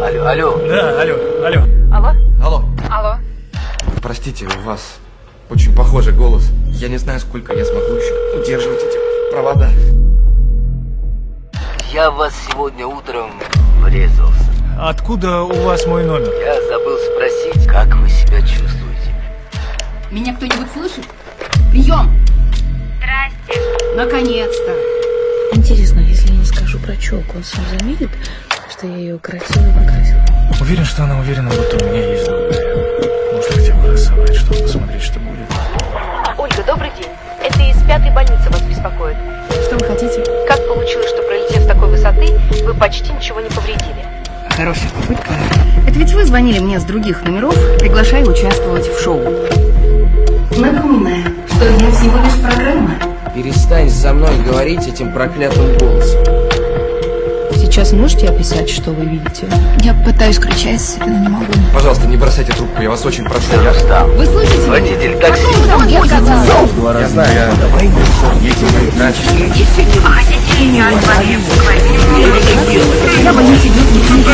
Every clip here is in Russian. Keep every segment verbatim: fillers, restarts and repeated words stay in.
Алло, алло. Да, алло, алло. Алло? Алло. Алло? Простите, у вас очень похожий голос. Я не знаю, сколько я смогу еще удерживать эти провода. Я в вас сегодня утром врезался. Откуда у вас мой номер? Я забыл спросить, как вы себя чувствуете. Меня кто-нибудь слышит? Прием! Здрасте. Наконец-то! Интересно, если я не скажу про челку, он сам заметит, что я ее укоротила и покрасила? Уверен, что она уверена, будто у меня есть доверие. Может, хотя бы рассовать, чтобы посмотреть, что будет. Ольга, добрый день. Это из пятой больницы вас беспокоит. Что вы хотите? Как получилось, что, пролетев с такой высоты, вы почти ничего не повредили? Хорошая попытка. Это ведь вы звонили мне с других номеров, приглашая участвовать в шоу. Напоминаю, что я всего лишь программа. Перестань со мной говорить этим проклятым голосом. Сейчас можете описать, что вы видите? Я пытаюсь кричать себя, но не могу. Пожалуйста, не бросайте трубку, я вас очень прошу. Я встал. Вы слышите? Водитель такси. Я сказала. Я знаю, я... Я боюсь, идет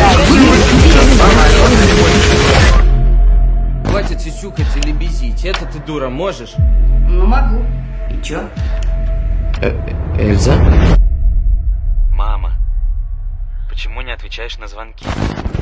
Хватит сисюкать или безить, это ты, дура, можешь? Ну, могу. И чё? Э Эльза? Мама, почему не отвечаешь на звонки?